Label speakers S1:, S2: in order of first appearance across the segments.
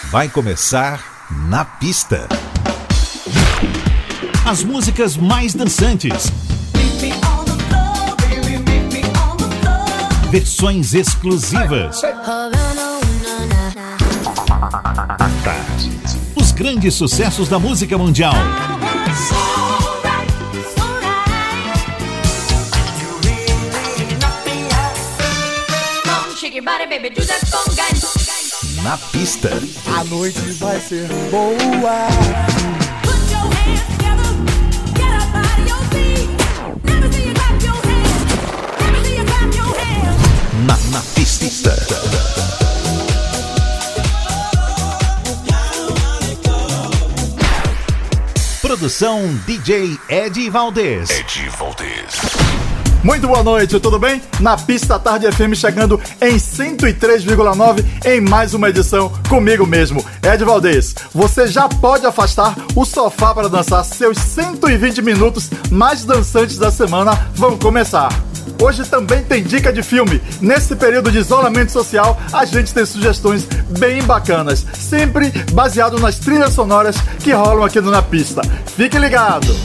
S1: Vai começar Na Pista. As músicas mais dançantes. Versões exclusivas. Os grandes sucessos da música mundial. Na Pista.
S2: A noite vai ser boa.
S1: Na Pista. Produção DJ Ed Valdez.
S2: Muito boa noite, tudo bem? Na Pista Tarde FM chegando em 103,9 em mais uma edição comigo mesmo, Ed Valdez. Você já pode afastar o sofá para dançar. Seus 120 minutos mais dançantes da semana vão começar. Hoje também tem dica de filme. Nesse período de isolamento social, a gente tem sugestões bem bacanas, sempre baseado nas trilhas sonoras que rolam aqui no Na Pista. Fique ligado!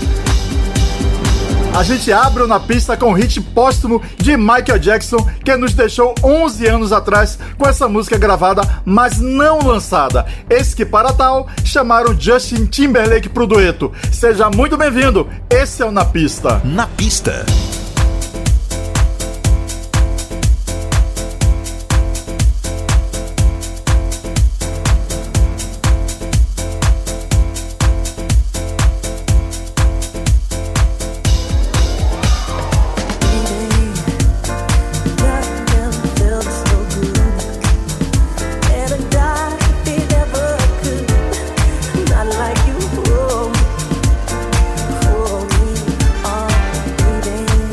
S2: A gente abre o Na Pista com o hit póstumo de Michael Jackson, que nos deixou 11 anos atrás com essa música gravada, mas não lançada. Esse que, para tal, chamaram Justin Timberlake pro dueto. Seja muito bem-vindo, esse é o Na Pista.
S1: Na Pista.
S3: Like you, oh, for me, oh, baby.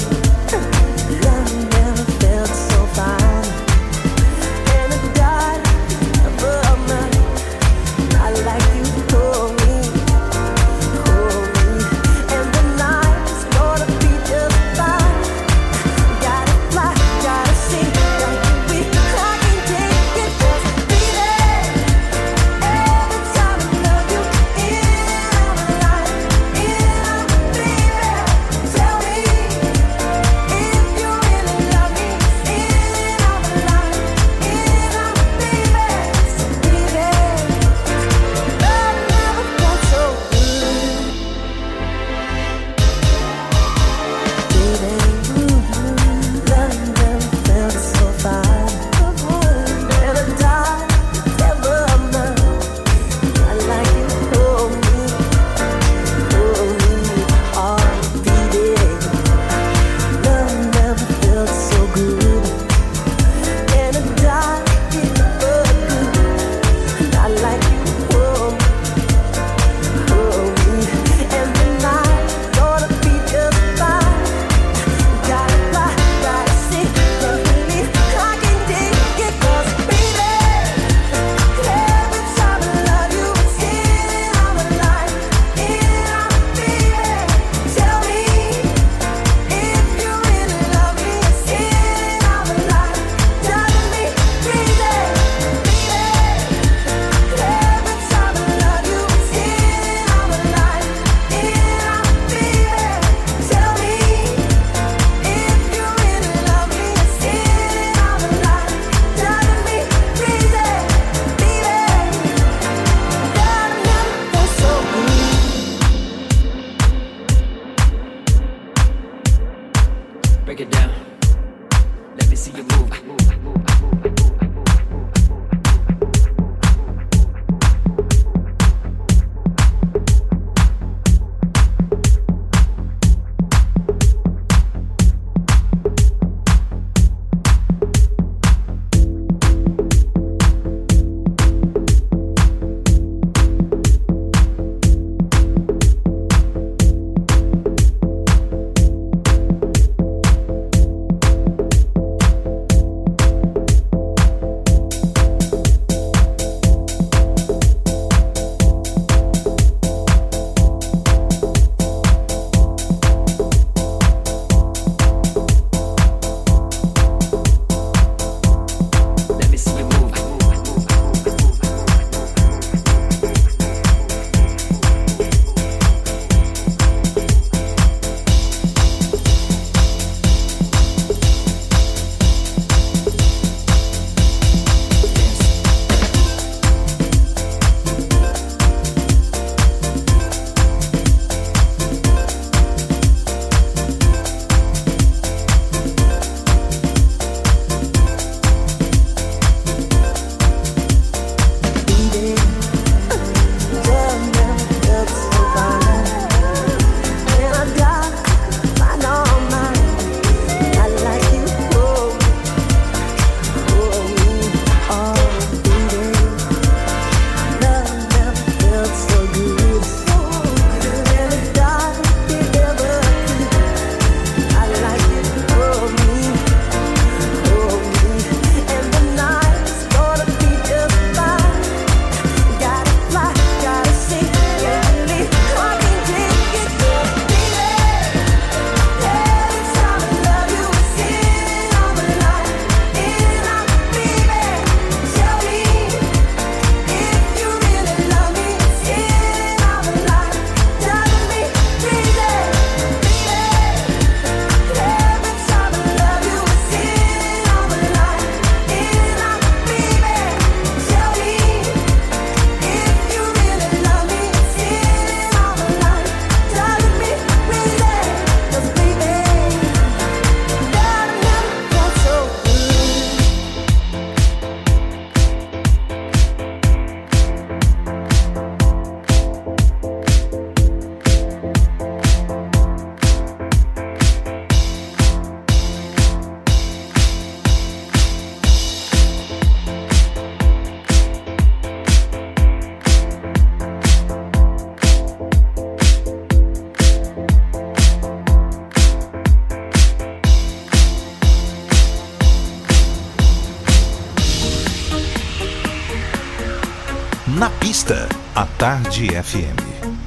S1: Na pista, a Tarde FM.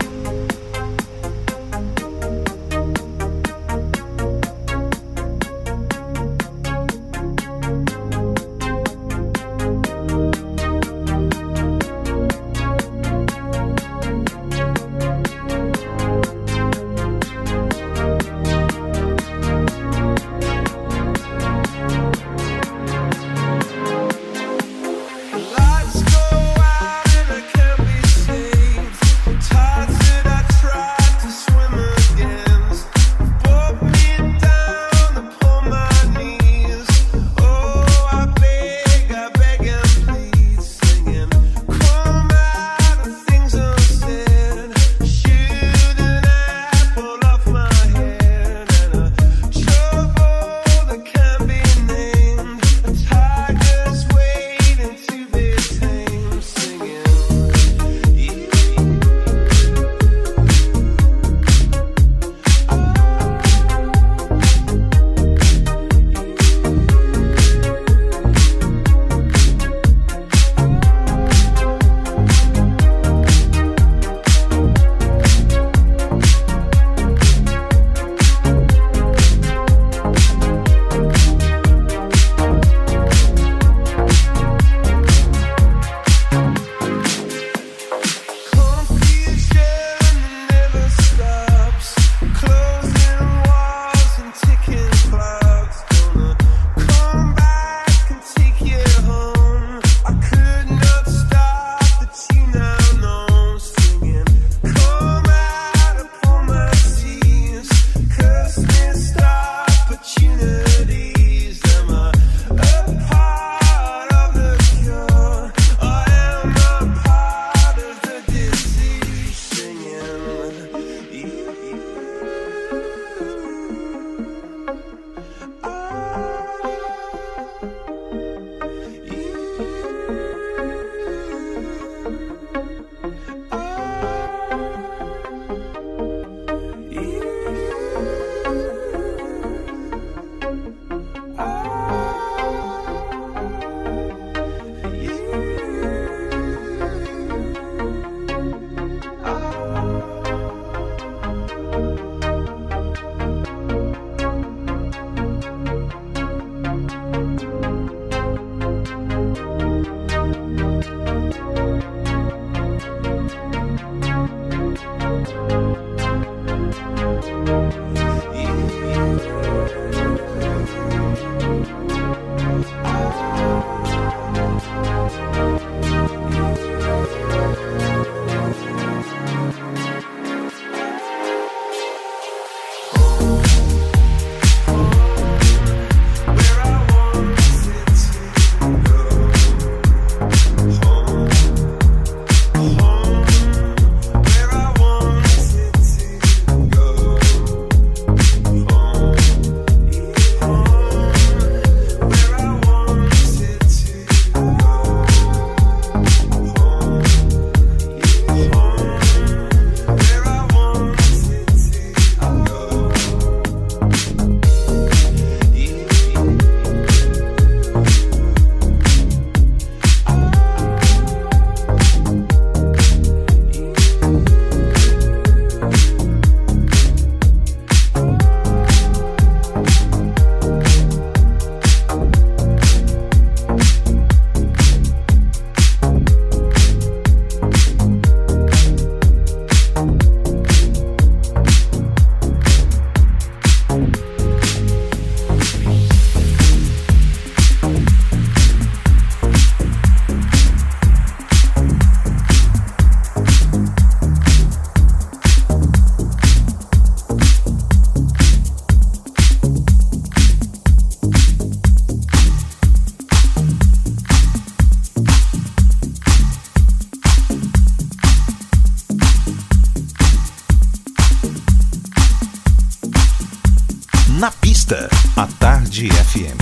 S1: Na pista, a Tarde FM.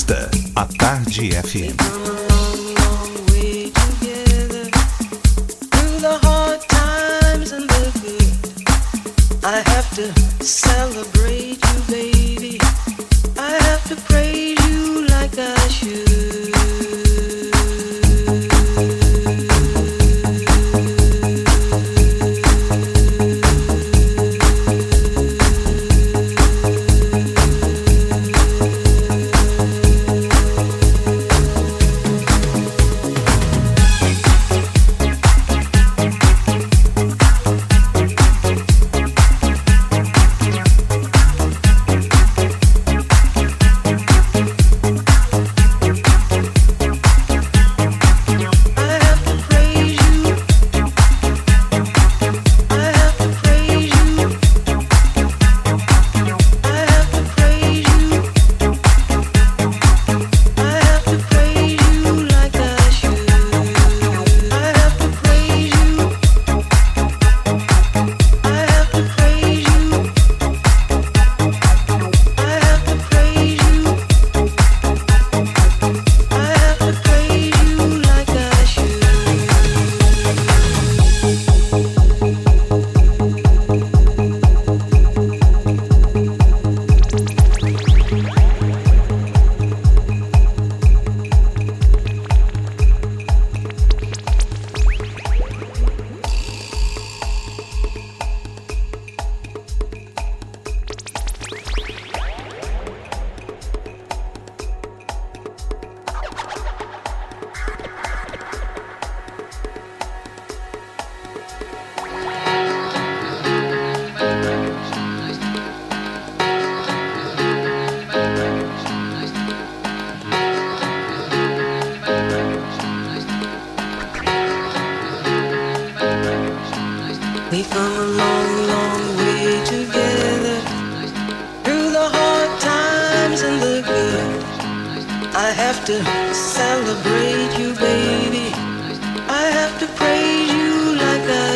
S1: pista, à Tarde FM.
S3: I have to celebrate you, baby. I have to praise you like I should. We've come a long, long way together, through the hard times and the good. I have to celebrate you, baby. I have to praise you like I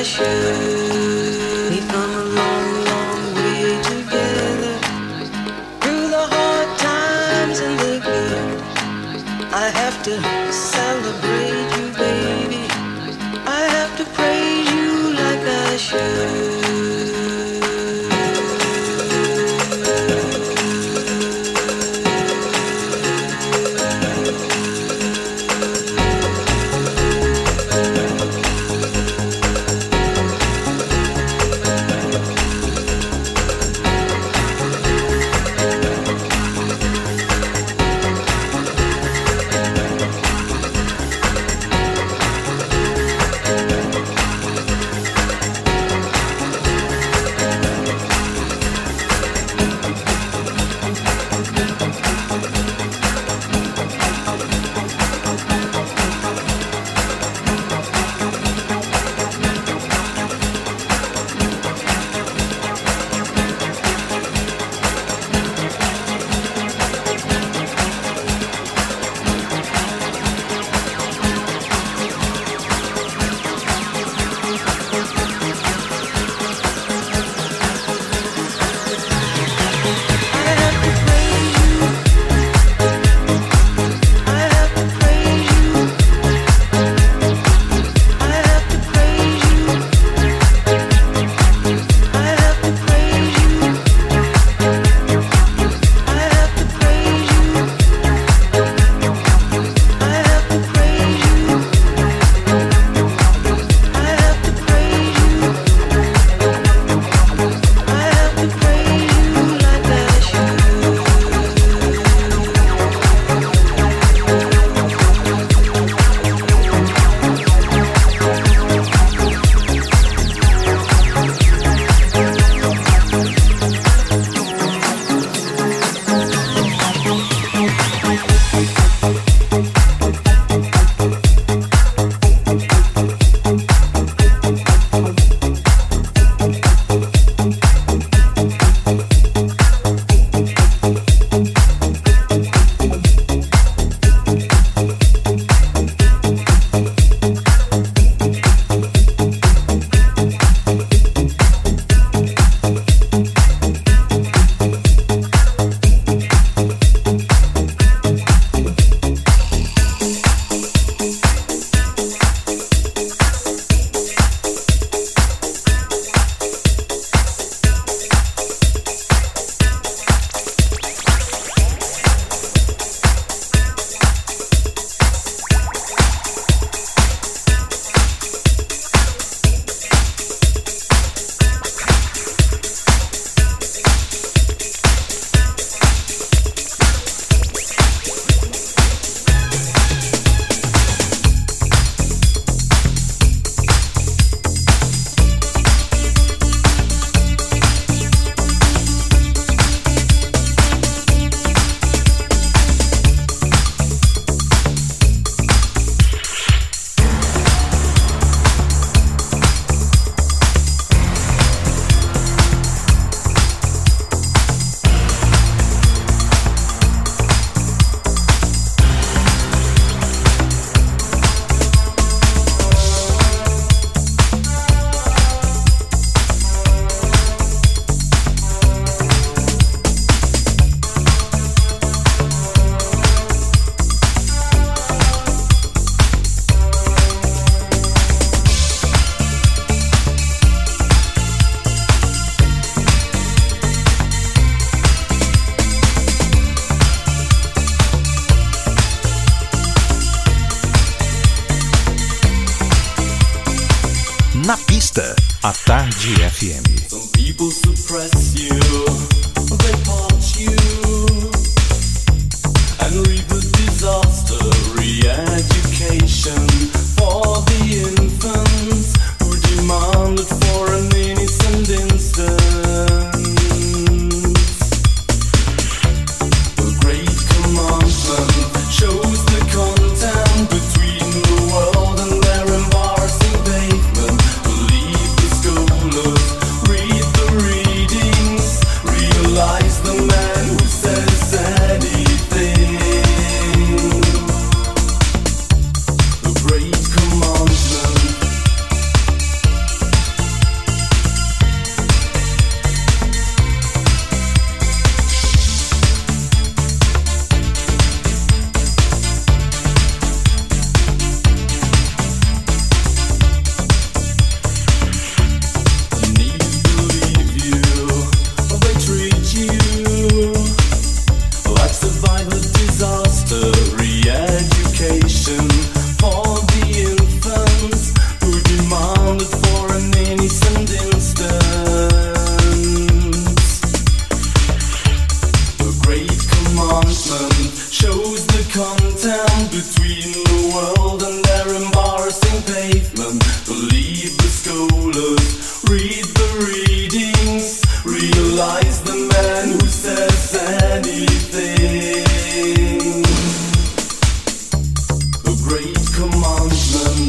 S3: should. We've come a long, long way together, through the hard times and the good. I have to celebrate you, baby. I have to praise you like I should.
S1: A Tarde FM.
S4: Some people suppress you, they punch you, and reap the disaster. Re-education for the infants who demanded for an innocent instance. The great commandment shows the content between the world and their embarrassing pavement. Believe the scholars, read the readings, realize the man who says anything. The great commandment. Knees believe you, they treat you like survivor disaster. Re-education for the infants who demanded for an innocent instance. The great commandment shows the content between the world and their embarrassing pavement. Believe the scholars, read the readings, realize the man who says anything. The great commandment.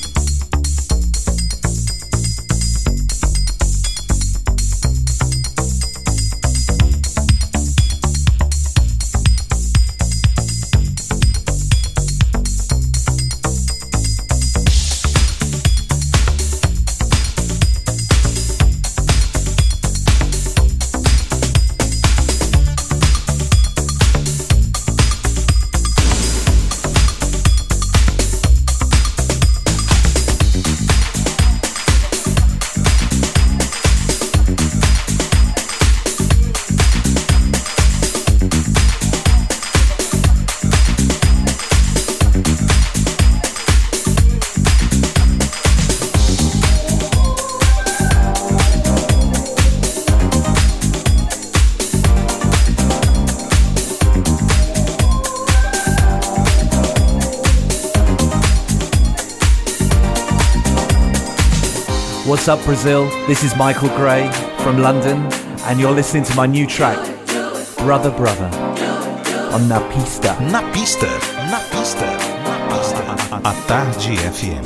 S5: What's up, Brazil? This is Michael Gray from London, and you're listening to my new track, Brother Brother, on Na Pista.
S1: Na pista, na pista, na pista. A Tarde FM.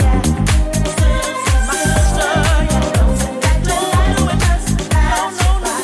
S6: No, no, no.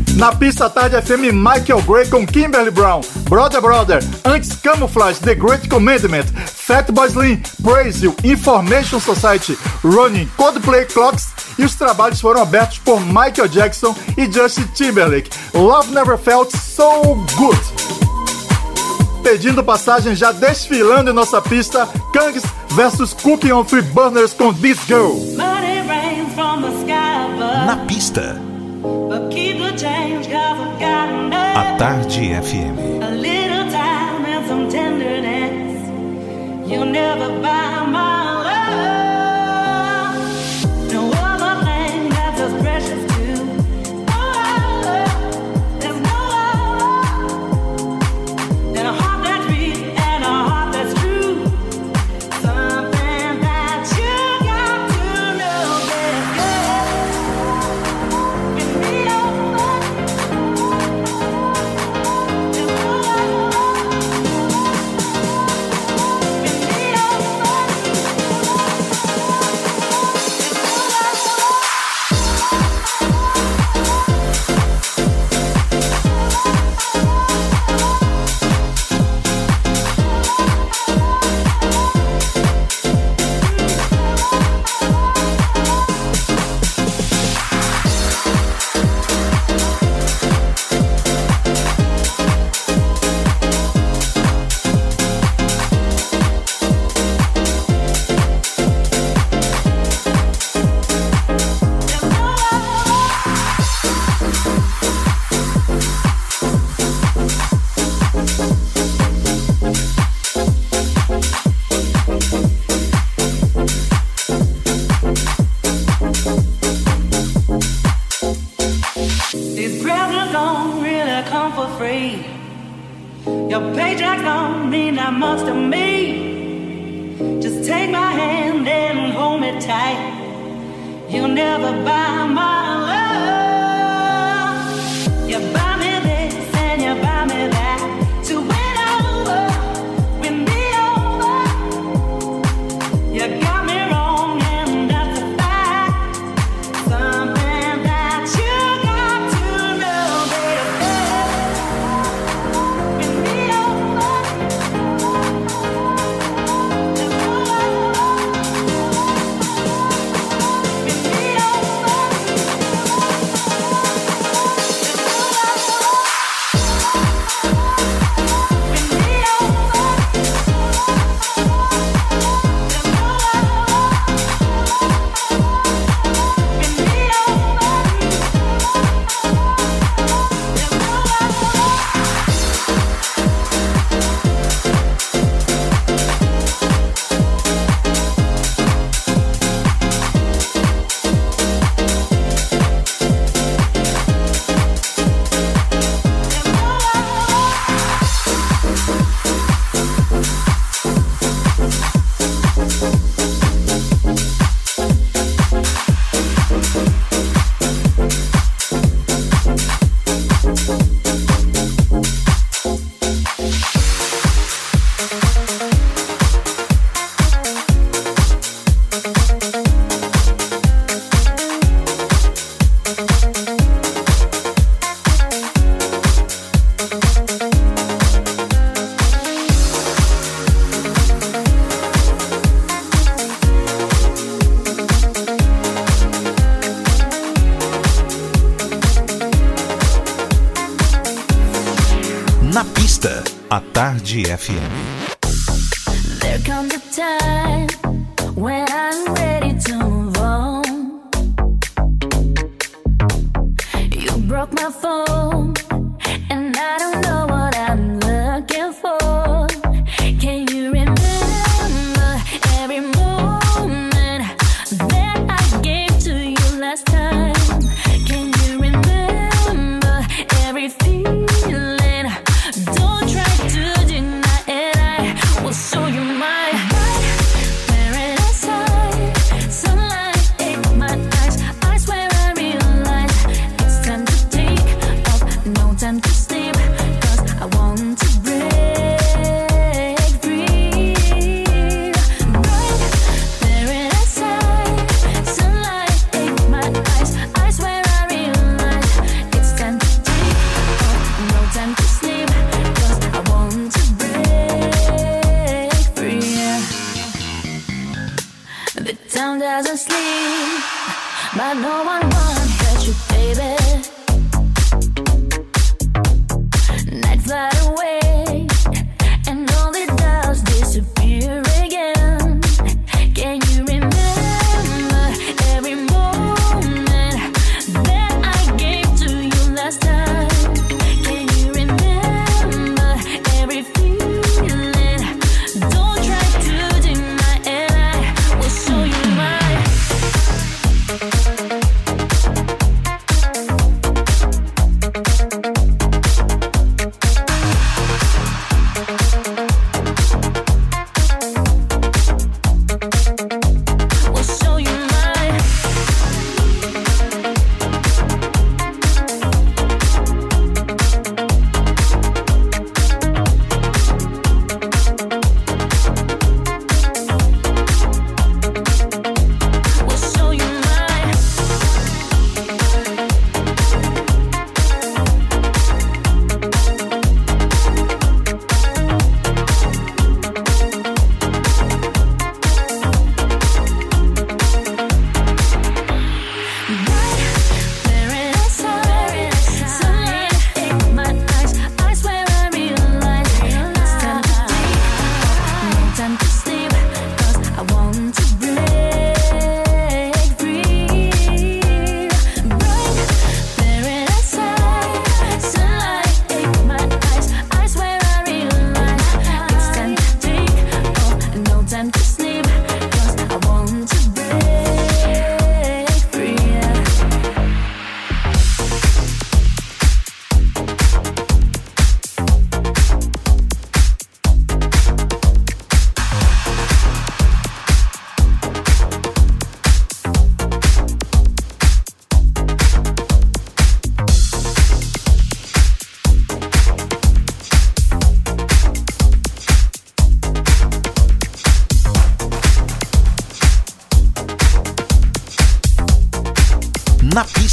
S2: Na pista Tarde FM, Michael Gray com Kimberly Brown, Brother Brother, antes Camouflage, The Great Commandment, Fatboy Slim, Praise You, Information Society, Running, Coldplay, Clocks, e os trabalhos foram abertos por Michael Jackson e Justin Timberlake. Love Never Felt So Good. Pedindo passagem, já desfilando em nossa pista, Kangs vs Cooking on Three Burners com This Girl.
S1: Na pista, A Tarde FM.
S3: A little time and some tenderness. You'll never buy my love. No other thing that's as precious to. There's no other than a heart that's real and a heart that's true. Something that you got to know, baby. With me over.
S1: A Tarde FM.
S6: There comes a time when I'm ready to move on. You broke my phone, and I don't know what I'm looking for. Can you remember every moment that I gave to you last time? Can you remember every feeling? Don't try to deny it, I will show you my heart. Paradise side, sunlight in my eyes. I swear I realize it's time to take off, no time to sleep. 'Cause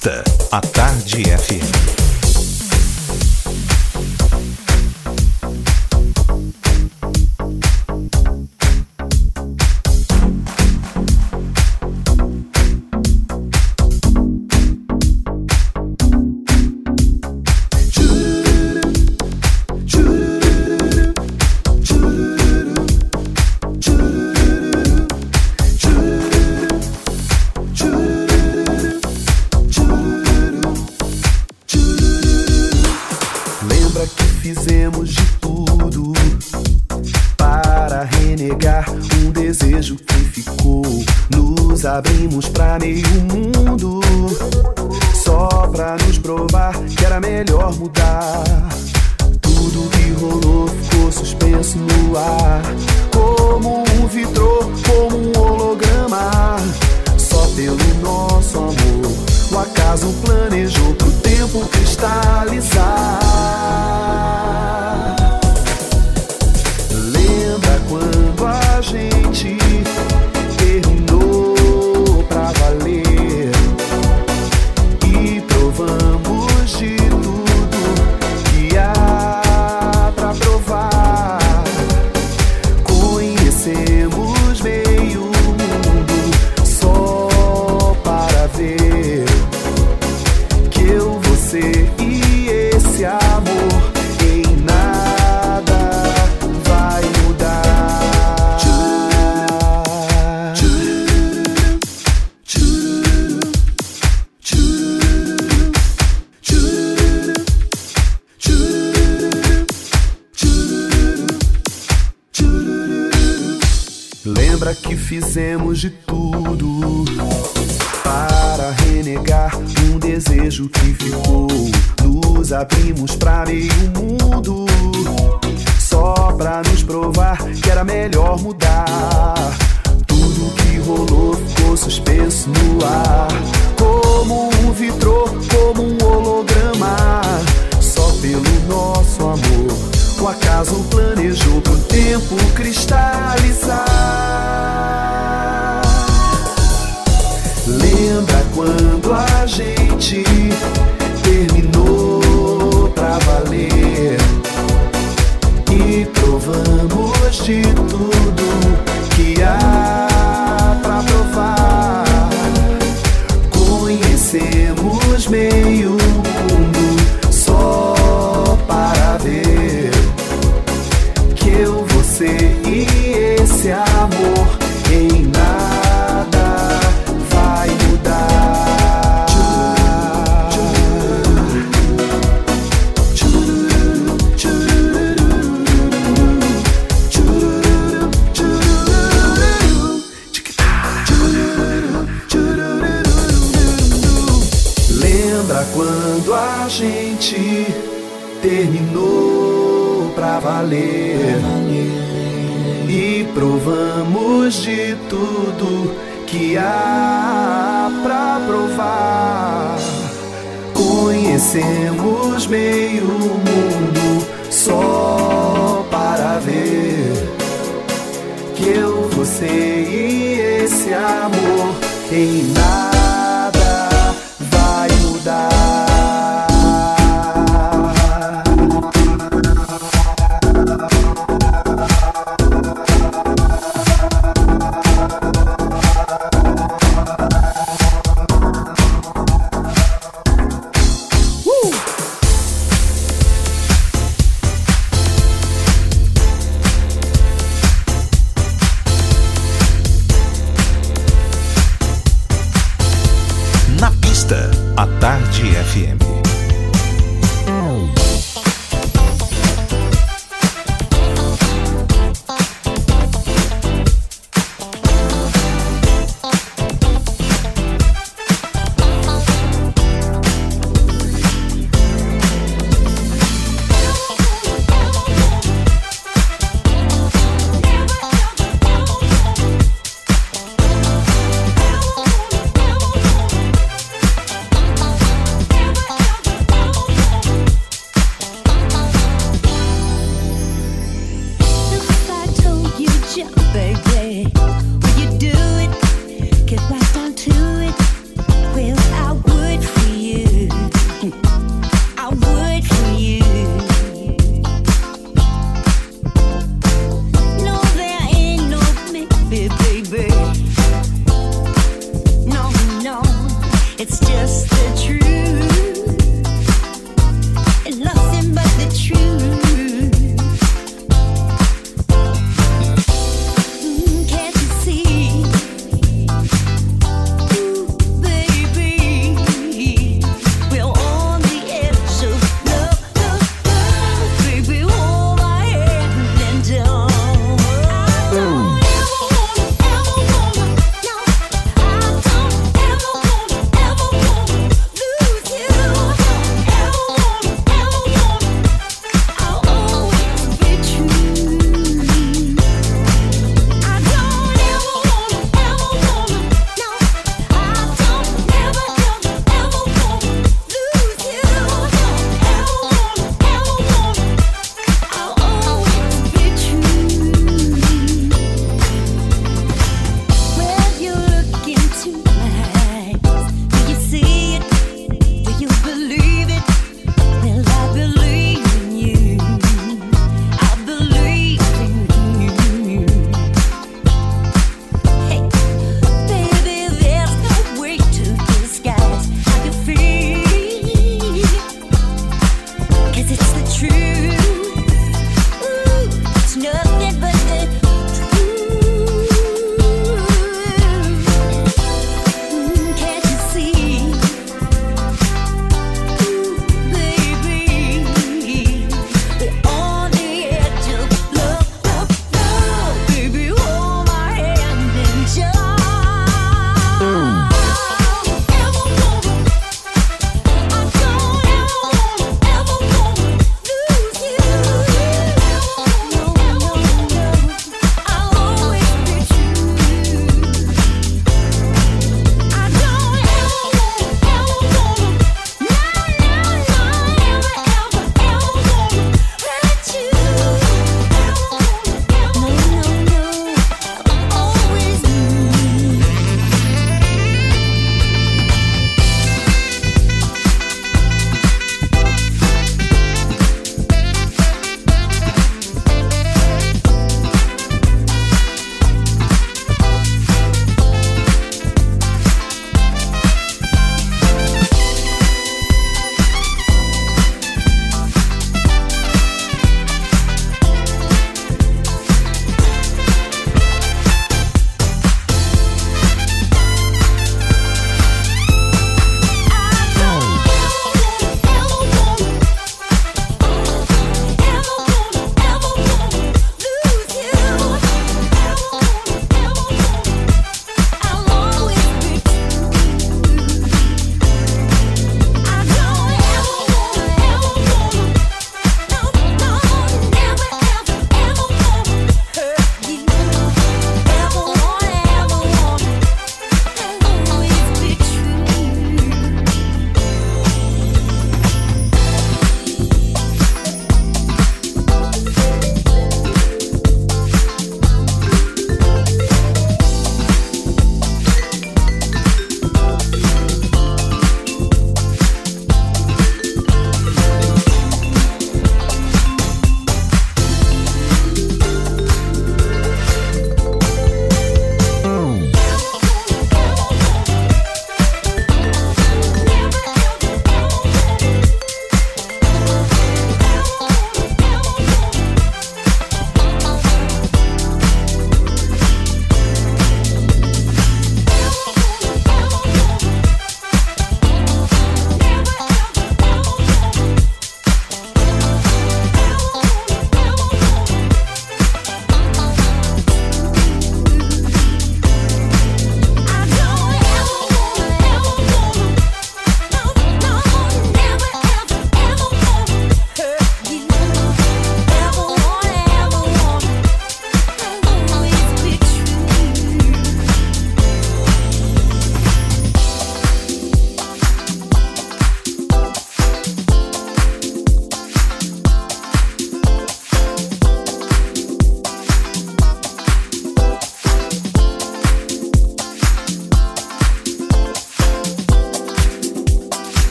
S1: pista, a Tarde FM.
S7: Abrimos pra meio mundo, só pra nos provar que era melhor mudar. Tudo que rolou ficou suspenso no ar, como um vitrô, como um holograma. Só pelo nosso amor, o acaso planejou pro tempo cristalizar. Lembra quando a gente terminou pra valer e provamos de tudo que há pra provar. Conhecemos meio mundo só para ver que eu, você e esse amor em nada vai mudar. Lembra que fizemos de tudo para renegar um desejo que ficou. Nos abrimos pra meio mundo, só pra nos provar que era melhor mudar. Tudo que rolou ficou suspenso no ar, como um vitrô, como um holograma. Só pelo nosso amor, o acaso planejou pro tempo cristalizar. Lembra quando a gente terminou pra valer e provamos de tudo que há pra provar. Conhecemos meio mundo só para ver que eu, você e esse amor em nada vai mudar. Lembra quando a gente terminou pra valer e provamos de tudo que há pra provar. Conhecemos meio mundo só para ver que eu, você e esse amor em nada vai mudar.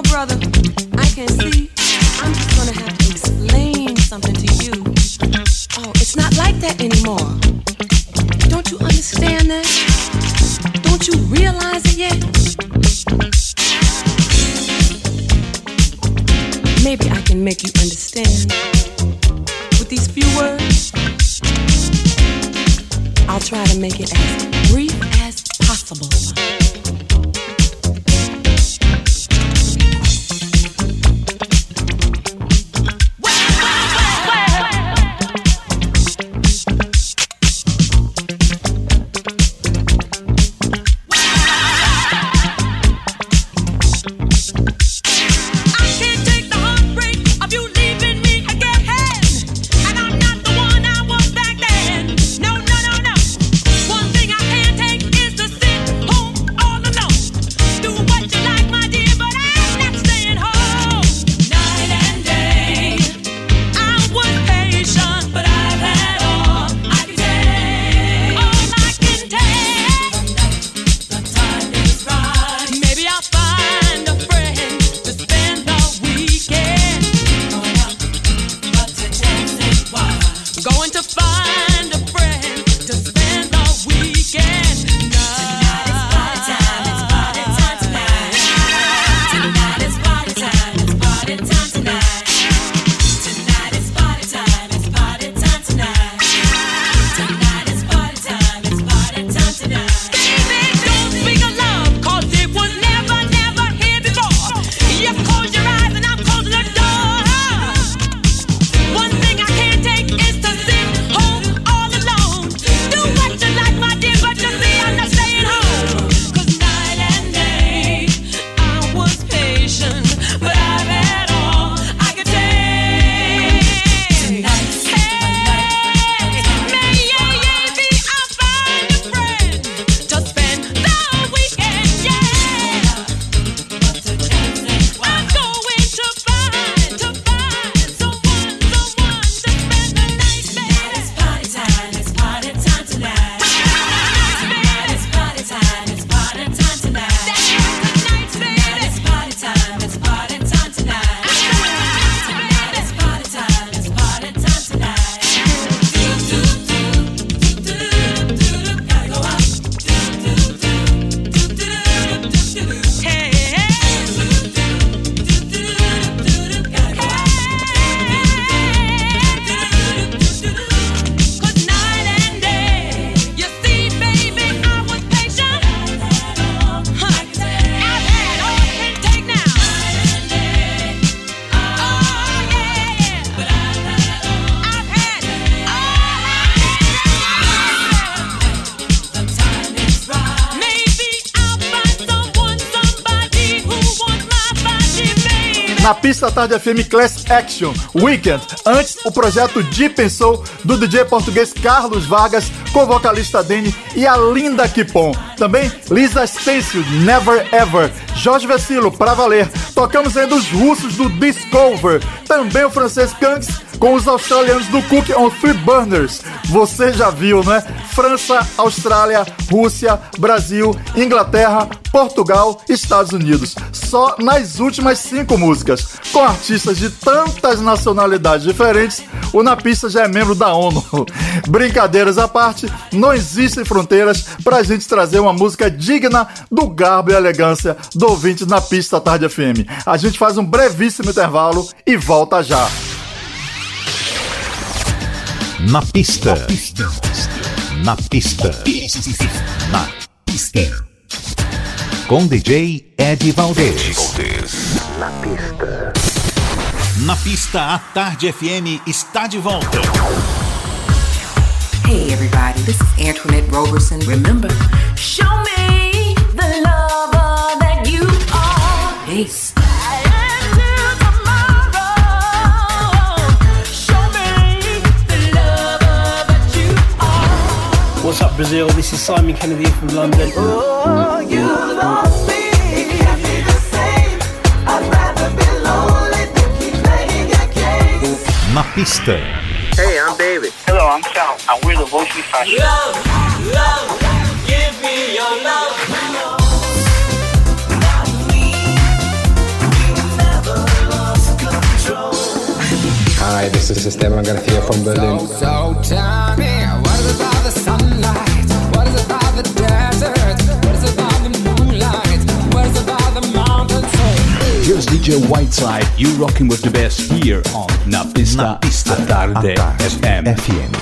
S3: Oh, brother, I can see. I'm just gonna have to explain something to you. Oh, it's not like that anymore. Don't you understand that? Don't you realize it yet? Maybe I can make you understand with these few words. I'll try to make it as brief as possible.
S2: Na pista da Tarde FM Class Action Weekend, antes o projeto Deep Soul do DJ português Carlos Vargas com o vocalista Deni e a linda Kipon. Também Lisa Stencil, Never Ever, Jorge Vecilo, Pra Valer. Tocamos ainda os russos do Discover, também o francês Kangs com os australianos do Cook on Three Burners. Você já viu, né? França, Austrália, Rússia, Brasil, Inglaterra, Portugal, Estados Unidos. Só nas últimas 5 músicas. Com artistas de tantas nacionalidades diferentes, o Na Pista já é membro da ONU. Brincadeiras à parte, não existem fronteiras pra gente trazer uma música digna do garbo e elegância do ouvinte Na Pista Tarde FM. A gente faz um brevíssimo intervalo e volta já.
S1: Na pista. Na pista. Na pista. Com DJ Ed Valdez. Na pista. Na pista, a Tarde FM está de volta.
S8: Hey everybody, this is Antoinette Roberson. Remember, show me the lover that you are. Peace.
S9: What's up, Brazil? This is Simon Kennedy from London.
S10: Oh, you lost me. Can't be the same. I'd rather be lonely than keep playing your game.
S1: Na pista.
S11: Hey, I'm David.
S12: Hello, I'm Sal, and we're the Voice We Fashion.
S10: Love, love, give me your love.
S11: Hi, this is Esteban Garcia from Berlin.
S13: So tell me, what is about the sunlight? What is about the desert? What is about the moonlight? What is about the mountains?
S14: Here's DJ Whiteside, you rocking with the best here on Na Pista à Tarde FM.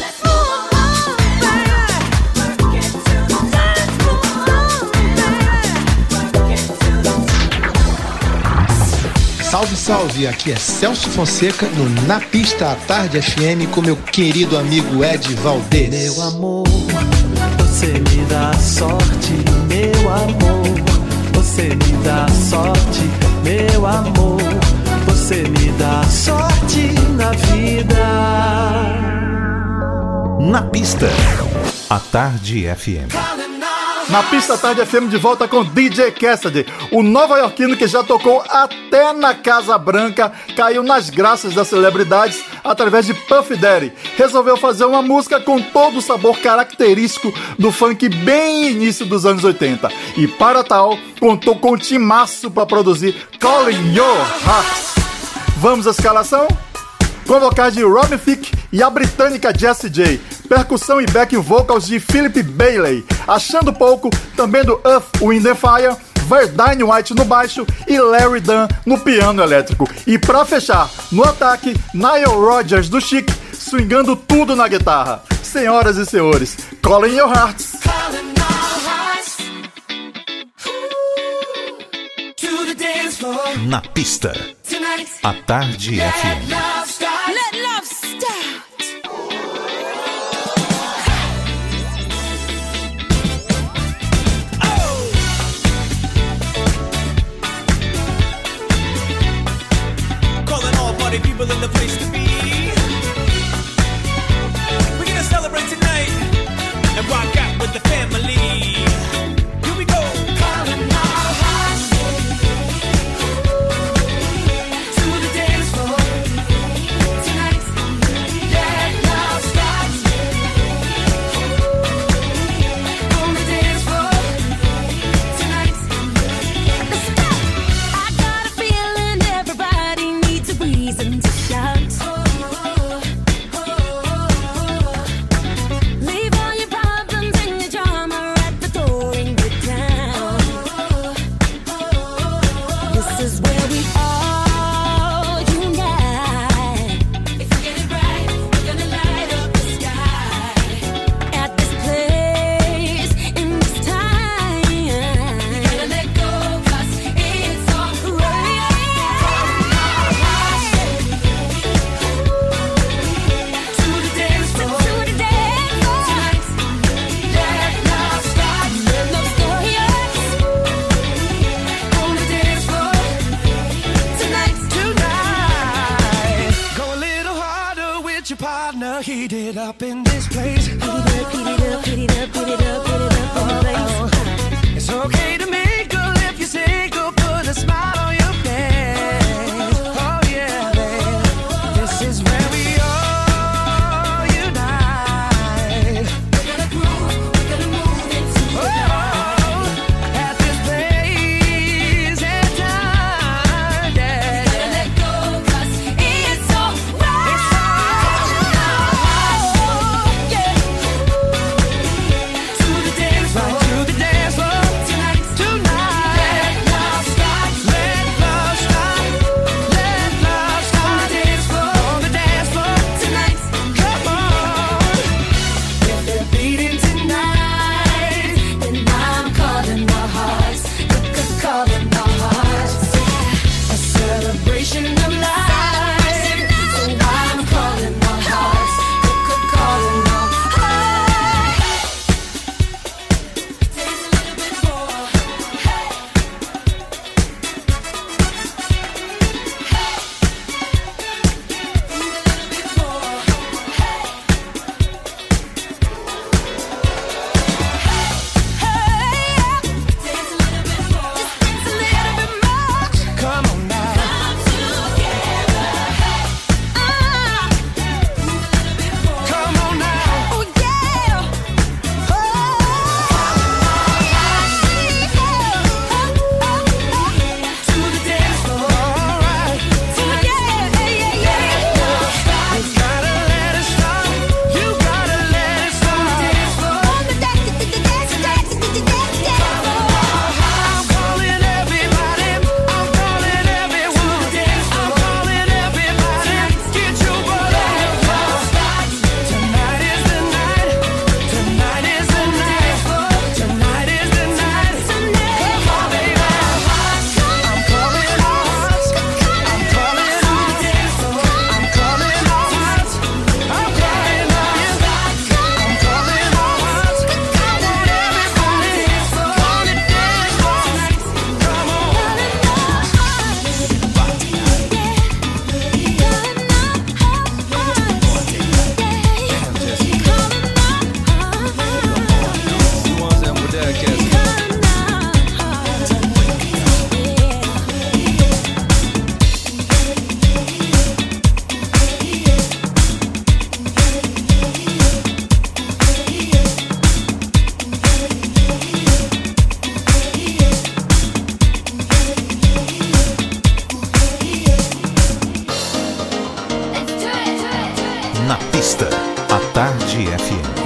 S15: Salve, salve! Aqui é Celso Fonseca no Na Pista à Tarde FM com meu querido amigo Ed Valdez.
S16: Meu amor, você me dá sorte, meu amor. Você me dá sorte, meu amor. Você me dá sorte na vida.
S1: Na Pista à Tarde FM.
S2: Na Pista Tarde FM de volta com DJ Cassidy, o nova-iorquino que já tocou até na Casa Branca, caiu nas graças das celebridades através de Puff Daddy. Resolveu fazer uma música com todo o sabor característico do funk bem início dos anos 80. E para tal, contou com um timaço para produzir Calling Your Heart. Vamos à escalação? Com vocais de Robin Thicke e a britânica Jessie J, percussão e backing vocals de Philip Bailey, achando pouco também do Earth, Wind and Fire, Verdine White no baixo e Larry Dunn no piano elétrico. E pra fechar, no ataque, Nile Rodgers do Chic, swingando tudo na guitarra. Senhoras e senhores, Calling Your Hearts.
S1: Na Pista à Tarde FM.
S6: Let love start.
S17: Calling all party people in the place to be. We're gonna celebrate tonight and rock out with the family. Here we go. Calling our hearts to the dance floor tonight. Let love start on the dance floor tonight.
S6: Let's go. I got a feeling everybody needs a reason to shout. Leave all your problems and your drama at the door and get down. This is where we all unite. If we get it right, we're gonna light up the sky. At this place, in this time, you gotta let go, 'cause it's all right.
S17: To the dance floor tonight. Let love start.
S6: Let love start, yes.
S17: On the dance floor tonight.
S16: Go a little harder with your partner. Heat it up in this place.
S6: Put it up, put it up, put it up, put it up, put it up in the place.
S16: It's okay to mingle if you're single. Put a smile on your face. Oh yeah, babe. This is where we all unite.
S17: We're gonna groove, we're gonna move into the night.
S16: At this place and time, yeah.
S17: Gotta let go, 'cause it's all right.
S6: Yeah.
S17: To the dance floor.
S16: Right to the dance floor
S17: Tonight.
S16: tonight.
S17: Let love start.
S16: Let
S1: A Tarde FM.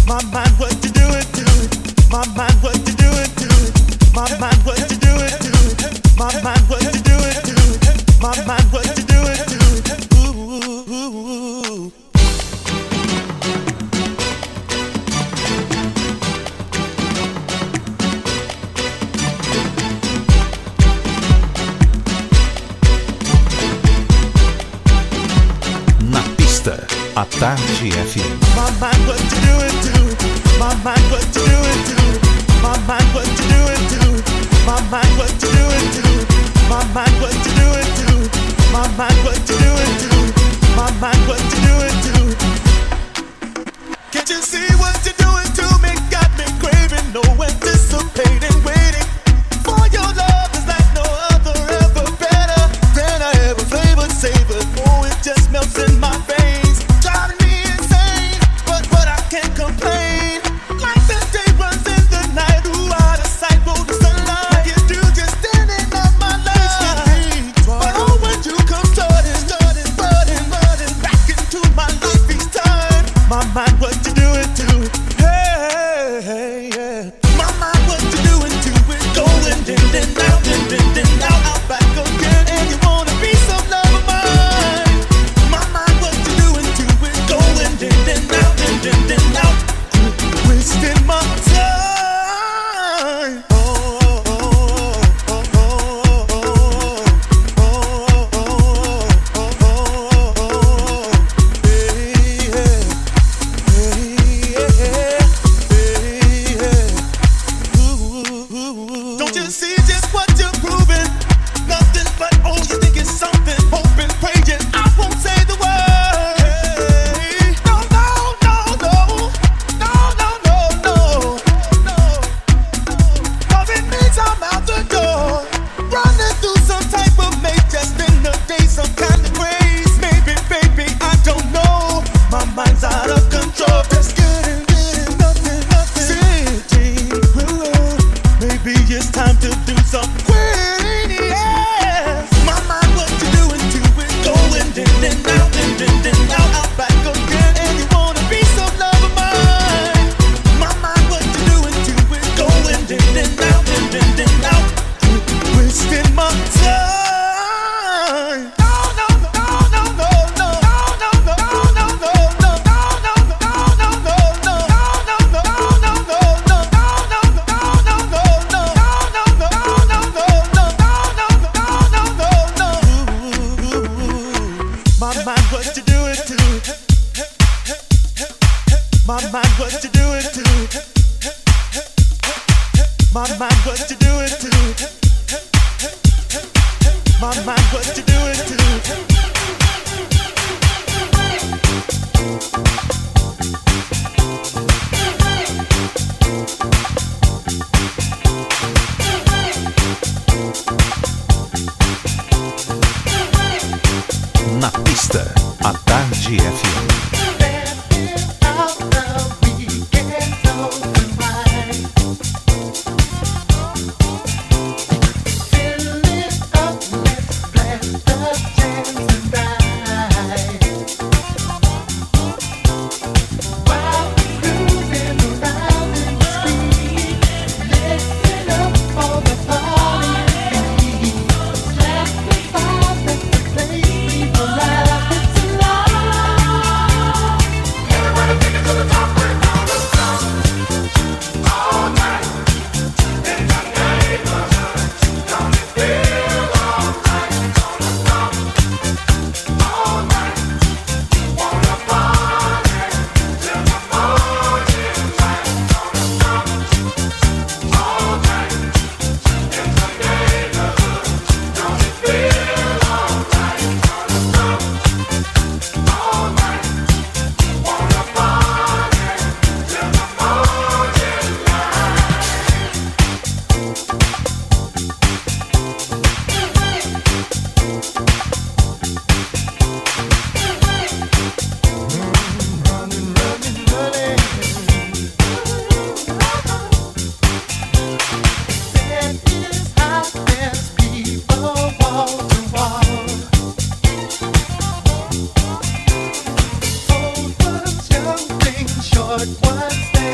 S17: My mind, what you doing to it? My mind, what you doing to it? My mind, what you doing to it? My mind, what you doing to it? My mind, what you doing to it? Ooh, ooh, ooh, ooh.
S1: Na pista, a Tarde FM.
S17: My mind, what you doing to it? My mind, what you doing to it? My mind, what you doing to it? My mind, what you doing to it? My mind, what you doing to it? My mind, what you doing to it? My mind, what you doing to it? Can't you see what you're doing to me? Got me craving, no anticipating, waiting for your love is like no other, ever better than I ever flavored, savored. Oh, it just melts in my veins, driving me insane. But I can't complain. Like the day runs in the night, ooh, out of sight, roll the sunlight. You do just standing on my line. But oh, when you come starting, back into my life each time. My mind, what you doing to it? Hey, hey, yeah. My mind, what you doing to it? Going in and out, back again. And you wanna be some love of mine. My mind, what you doing to it? Going in and out, wasting my time. Oh, oh, oh, oh, oh, oh, oh, oh, hey, yeah. Don't you see just what you're proving? Nothing but oh, you think it's something. Hoping, praying, I won't say the word. Hey, no, no, no, no, no, no, no, no. 'Cause it means I'm out the door, running through some type of maze, just in a day, some kind of craze. Maybe, baby, I don't know. My mind's out of control. Just getting nothing. Sitting alone. Maybe it's time to do something. Quitting, yeah. My mind, what you doing to it? Going in and out, back again. And you wanna be some love of mine. My mind, what you doing to it? Going in and out, wasting my time. No, no, no, no, no, no, no, no, no, no, no, no, no, no, no, my mind, what you doing to it? My mind, what you doing to it? My mind, what you doing to it? My mind, what you doing to it?
S1: Na pista, a Tarde FM.
S10: Short one step.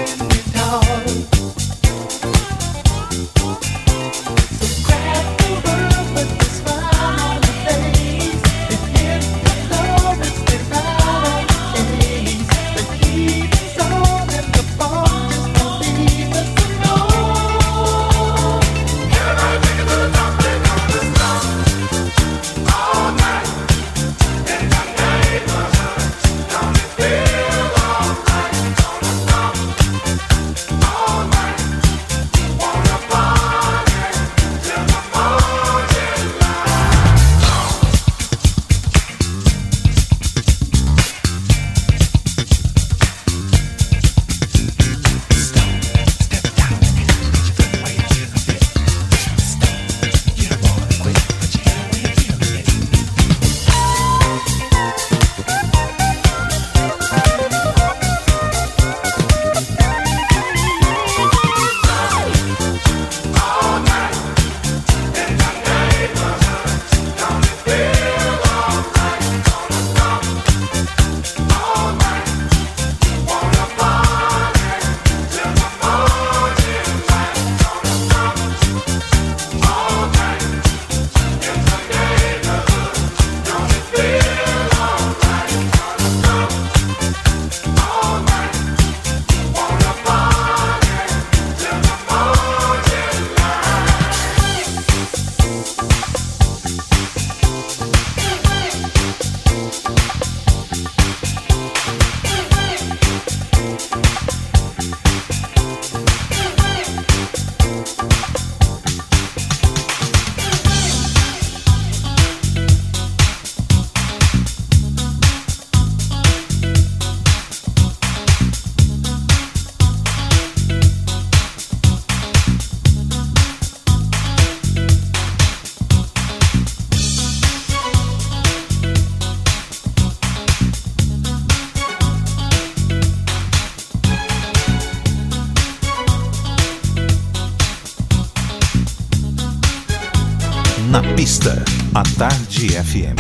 S1: Na pista, a Tarde FM.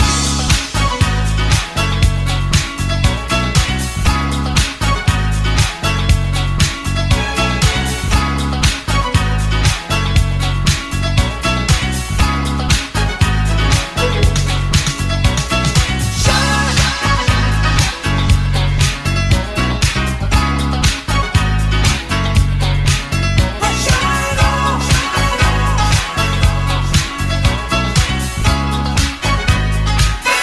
S10: Shine on.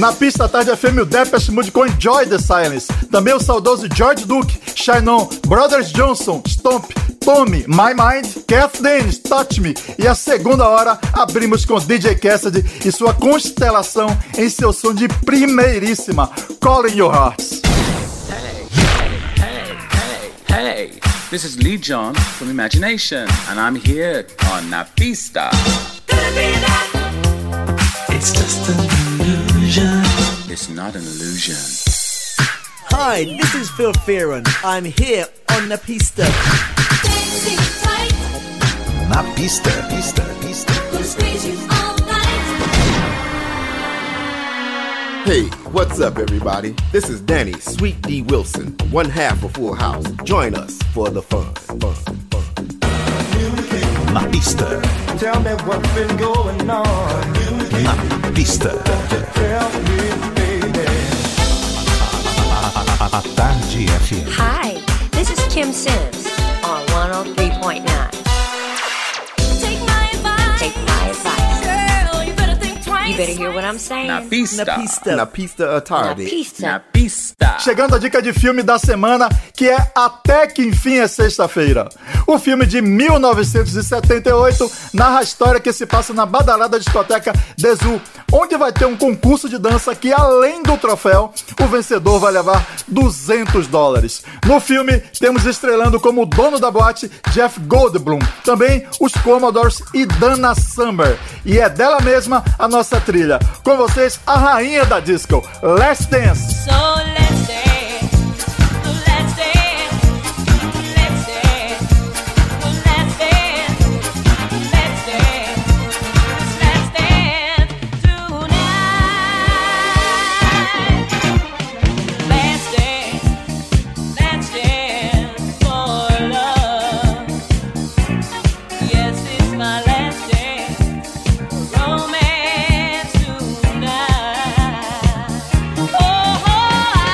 S2: Na pista tarde FM, o Depeche Mode com Enjoy the Silence. Também o saudoso George Duke, Shine On, Brothers Johnson, Stomp, Tommy, My Mind, Kath Dennis, Touch Me. E a segunda hora abrimos com DJ Cassidy e sua constelação em seu som de primeiríssima, Calling Your Hearts.
S18: Hey, this is Lee John from Imagination, and I'm here on Na Pista.
S16: It's just an illusion.
S18: It's not an illusion.
S19: Hi, this is Phil Fearon. I'm here on Na Pista.
S1: Na pista, pista, pista.
S20: Hey, what's up, everybody? This is Danny Sweet D. Wilson, one half of Full House. Join us for the fun.
S1: Na pista.
S10: Tell me what's been going on.
S1: Na pista.
S10: Tell me, baby.
S1: A Tarde FM.
S21: Hi, this is Kim Sims on 103.9. Take my advice. Girl, you better think twice. You better hear what I'm saying.
S18: Na pista.
S20: Na pista à tarde.
S21: Na pista.
S18: Na pista.
S2: Chegando a dica de filme da semana, que é Até que Enfim é Sexta-feira. O filme de 1978 narra a história que se passa na badalada discoteca The Zoo, onde vai ter um concurso de dança que, além do troféu, o vencedor vai levar $200. No filme, temos estrelando como dono da boate Jeff Goldblum, também os Commodores e Dana Summer. E é dela mesma a nossa trilha. Com vocês, a rainha da disco, Let's Dance.
S10: So let's dance. Let's dance. Let's dance. Let's dance. Let's dance. Let's dance tonight. Let's dance. Let's dance for love. Yes, it's my last dance. Romance tonight. Oh,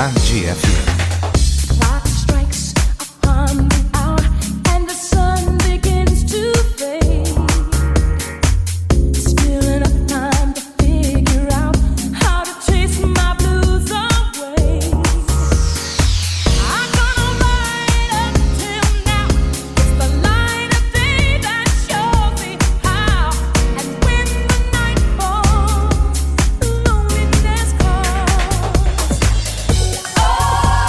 S1: Tarde FM.
S6: Clock strikes upon the hour and the sun begins to fade. Still enough time to figure out how to chase my blues away. I'm gonna ride until now. It's the light of day that shows me how. And when the night falls, loneliness calls. Oh,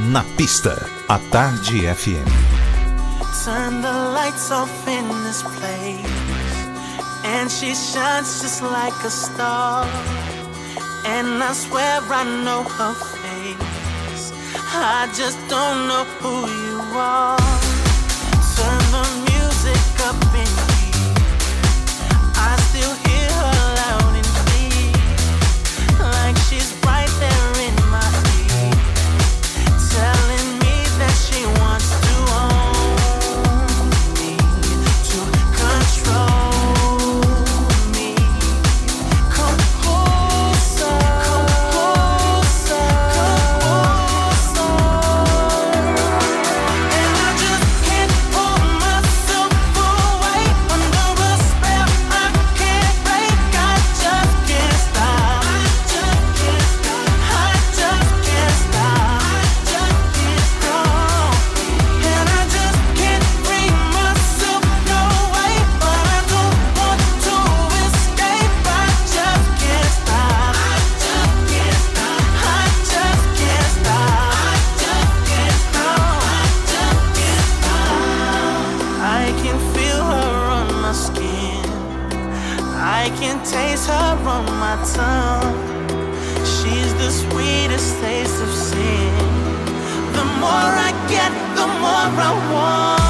S1: Na pista, a Tarde FM.
S10: Turn the lights off in this place, and she shines just like a star. And I swear I know her face, I just don't know who you are. Turn the music up in here, I still hear her loud and clear, like she's right there in my ear, telling me that she wants to own me, to control me. Come closer, come closer, come closer. And I just can't pull myself away under a spell I can't break. I just can't stop. I just can't stop. I just can't stop. I just can't stop. And I just can't bring myself no way, but I don't want to escape. I just can't stop. I just can't stop. I just can't stop. I just can't stop. I just can't stop. I can feel her on my skin, I can taste her on my tongue. She's the sweetest taste of sin. The more I get, the more I want.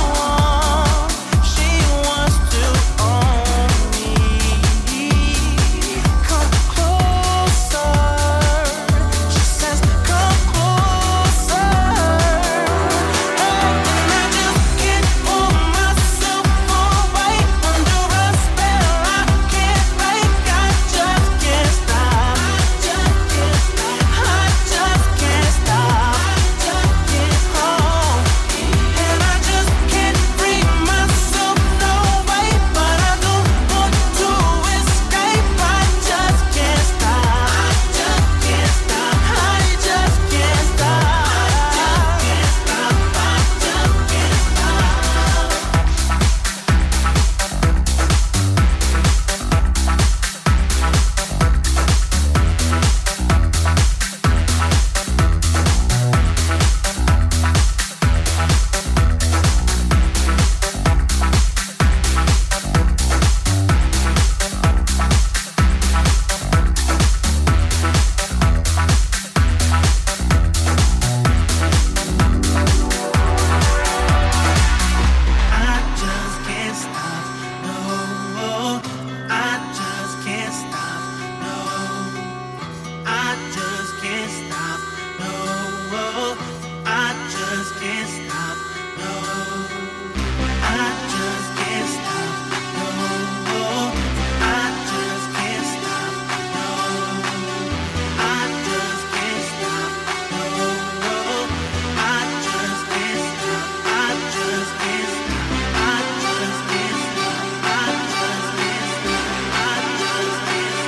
S10: She wants to own me. Come closer. She says, come closer. And I just can't pull myself away under a spell I can't break. I just can't stop. I just can't stop. I just can't stop. I just can't stop. And I just can't bring myself no way, but I don't want to escape. I just can't stop. I just can't stop. I just can't stop. I just can't stop. I just can't stop. I just can't stop, no. I just can't stop, no. I just can't stop, no. I just can't stop, no. I just can't stop, no. I just can't stop, no. I just can't stop, no. I just can't stop, I just can't stop, I just can't stop, I just can't stop, I just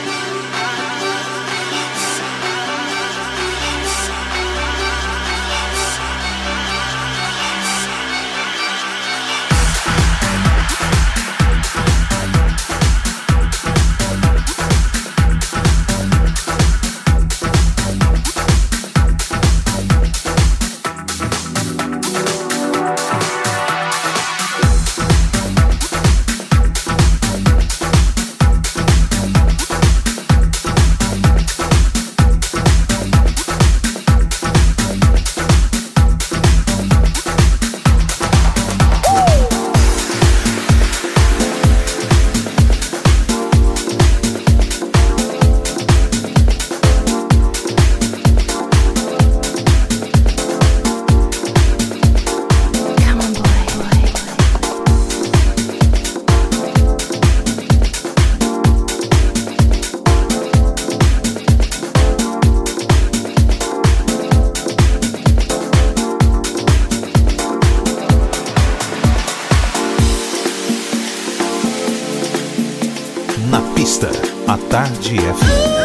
S1: Na pista, a Tarde FM.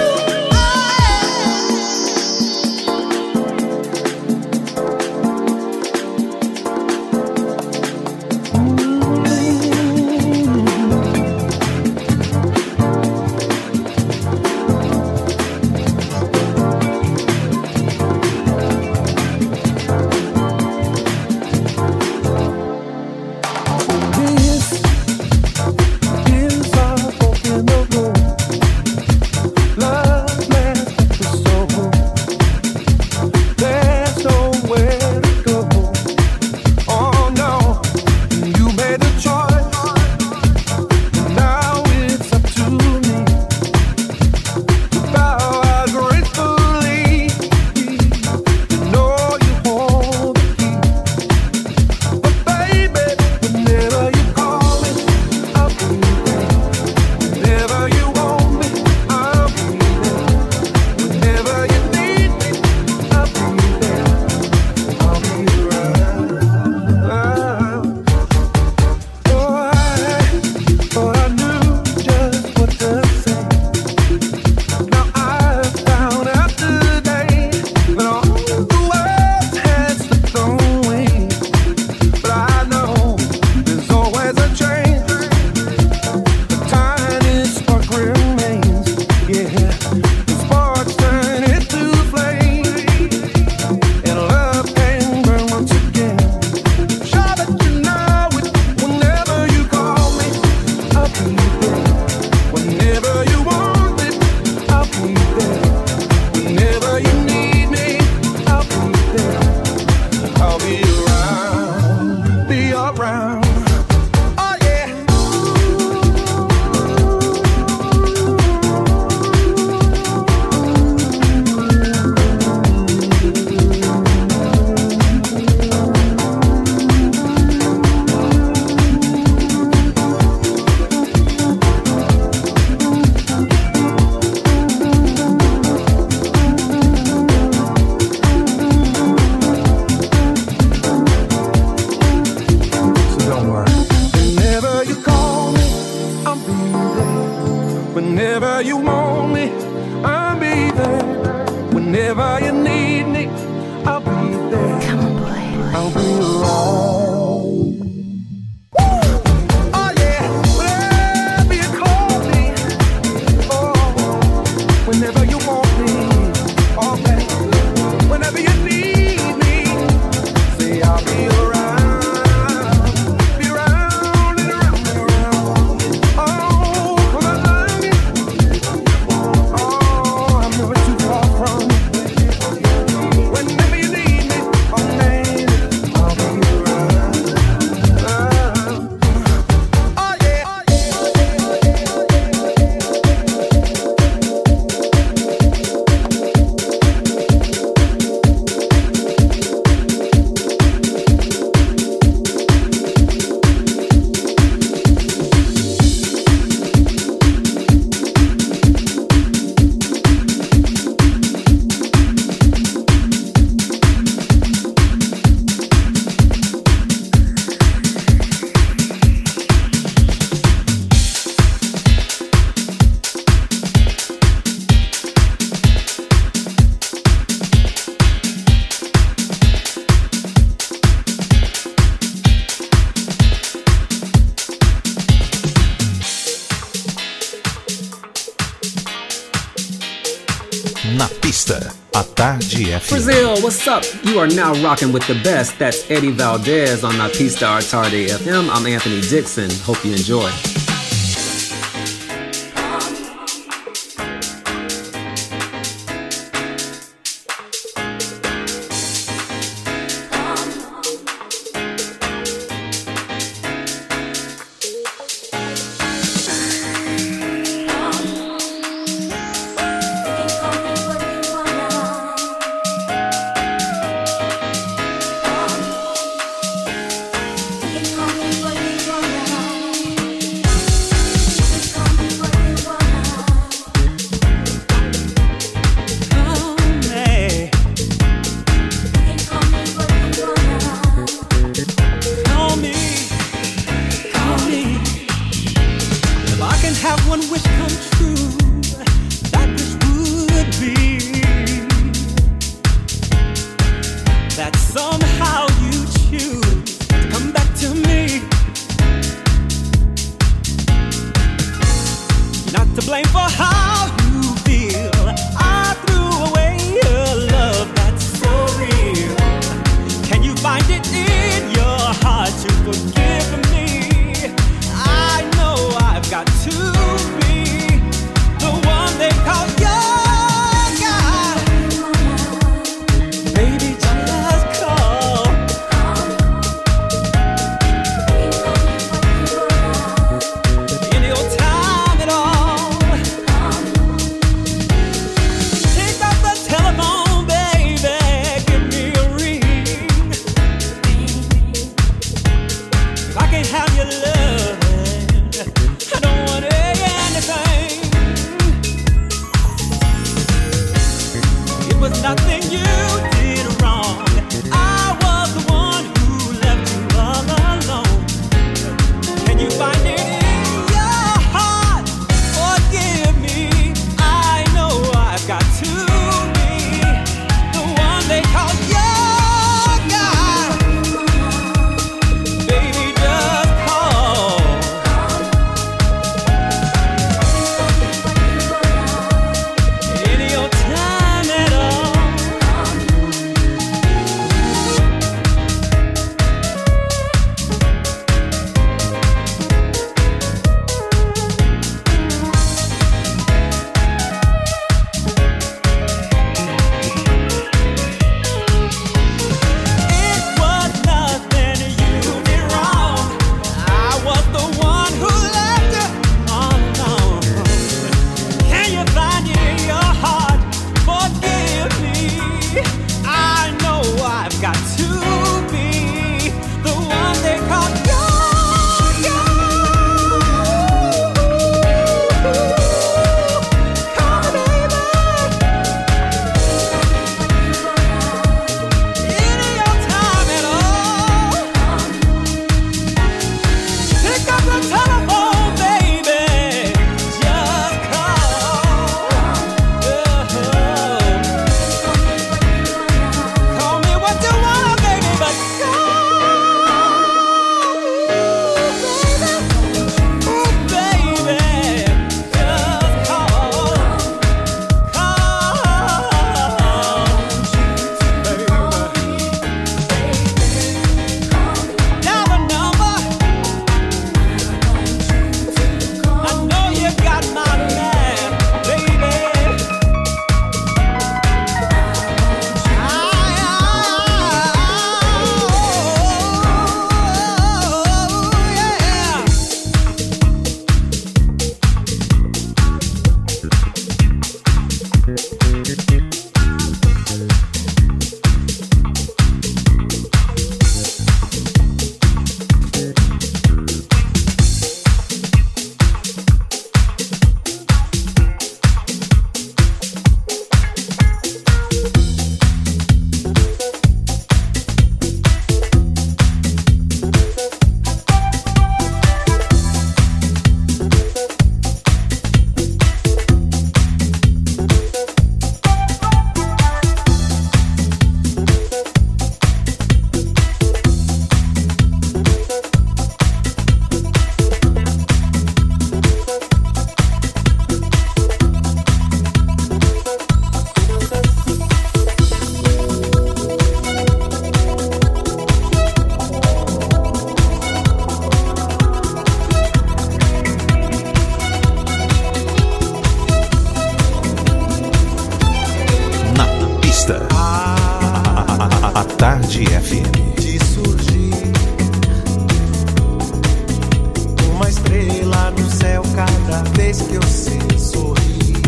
S4: Whenever you want me, I'll be there. Whenever you need me, I'll be there. Come on, boy. I'll be around. Oh yeah, whenever you call me, oh, whenever you want me, okay. Whenever you need me, say I'll be around, be around and around and around. Oh, 'cause I love you. Oh, I'm never too far from you. Whenever you need me, oh man, I'll be around. Oh yeah.
S1: Na pista, a Tarde FM.
S22: Brazil, what's up? You are now rocking with the best. That's Eddie Valdez on La Pista a Tarde FM. I'm Anthony Dixon. Hope you enjoy.
S23: If I can have one wish come true, that wish would be that somehow you choose to come back to me. Not to blame for how you feel. I threw away a love that's so real. Can you find it in your heart to forgive me? I know I've got to be the one they call your guy. Baby, just call. Any old time at all. Take up the telephone, baby. Give me a ring. If I can't have your love, I don't want it.
S3: vez que eu sei sorrir.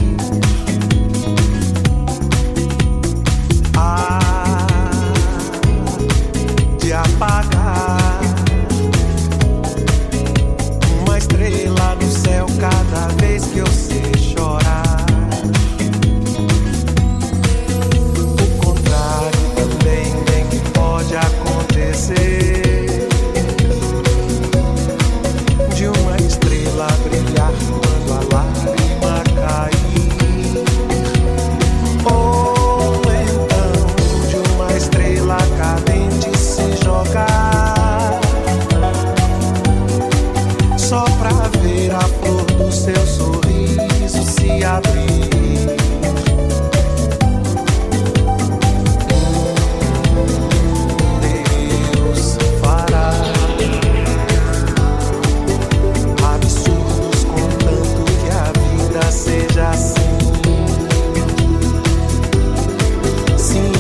S3: De apagar uma estrela no céu cada vez que eu sei chorar. O contrário também bem que pode acontecer, de uma estrela brilhar quando a lágrima cair, ou então de uma estrela cadente se jogar, só pra ver a flor do seu sorriso se abrir. Deus fará absurdos contanto que a vida seja assim. Sim,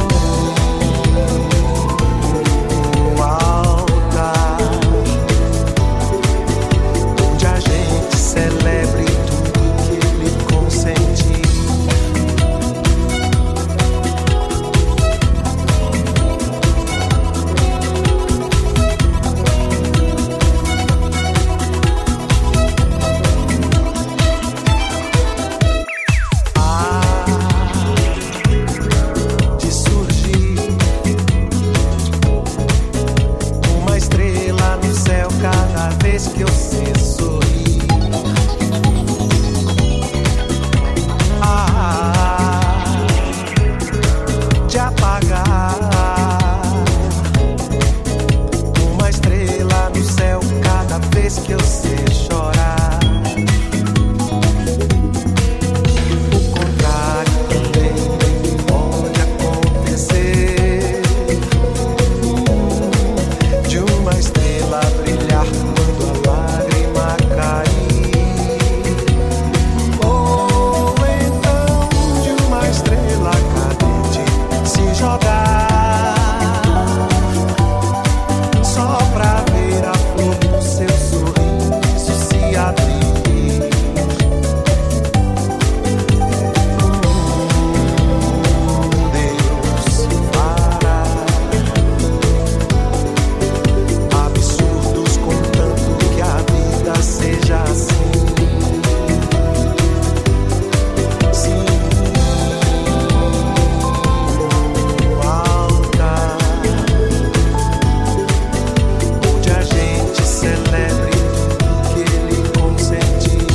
S3: no altar, onde a gente celebre tudo que ele consentiu. De surgir uma estrela no céu cada vez que eu sei sorrir. De apagar uma estrela no céu cada vez que eu sei chorar. O contrário também pode acontecer, de uma estrela brilhar quando a lágrima cair, ou então de uma estrela cadente se jogar, só pra ver a flor do seu sorriso se abrir. Deus fará absurdos contanto que a vida seja assim. Sim, no altar, onde a gente celebre tudo que ele consentiu.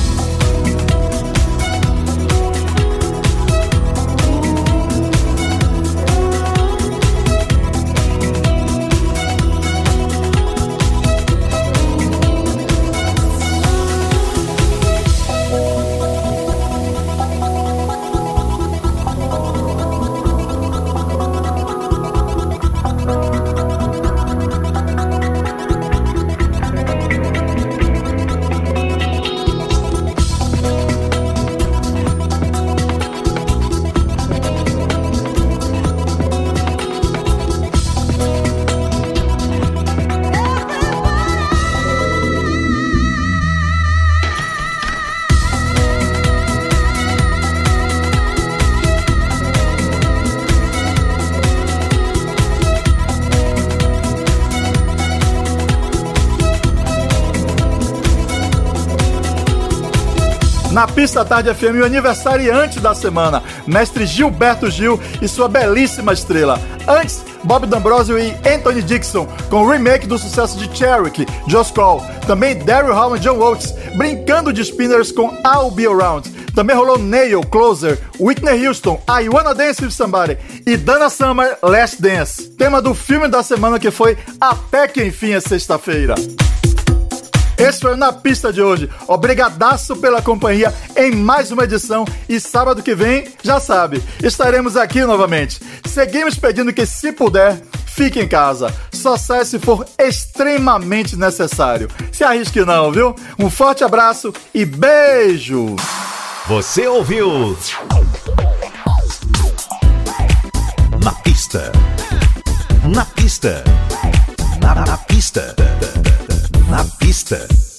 S2: Na Pista Tarde FM, o aniversariante da semana, mestre Gilberto Gil e sua belíssima estrela. Antes, Bob D'Ambrosio e Anthony Dixon, com o remake do sucesso de Cherokee, Just Call. Também Daryl Hall e John Oates, brincando de spinners com I'll Be Around. Também rolou Nail, Closer, Whitney Houston, I Wanna Dance With Somebody e Dana Summer, Last Dance. Tema do filme da semana que foi Até Que Enfim é Sexta-feira. Esse foi o Na Pista de hoje. Obrigadaço pela companhia em mais uma edição e sábado que vem, já sabe, estaremos aqui novamente. Seguimos pedindo que, se puder, fique em casa. Só saia se for extremamente necessário. Se arrisque não, viu? Um forte abraço e beijo!
S1: Você ouviu Na Pista. Na Pista. Na Pista. Na Pista.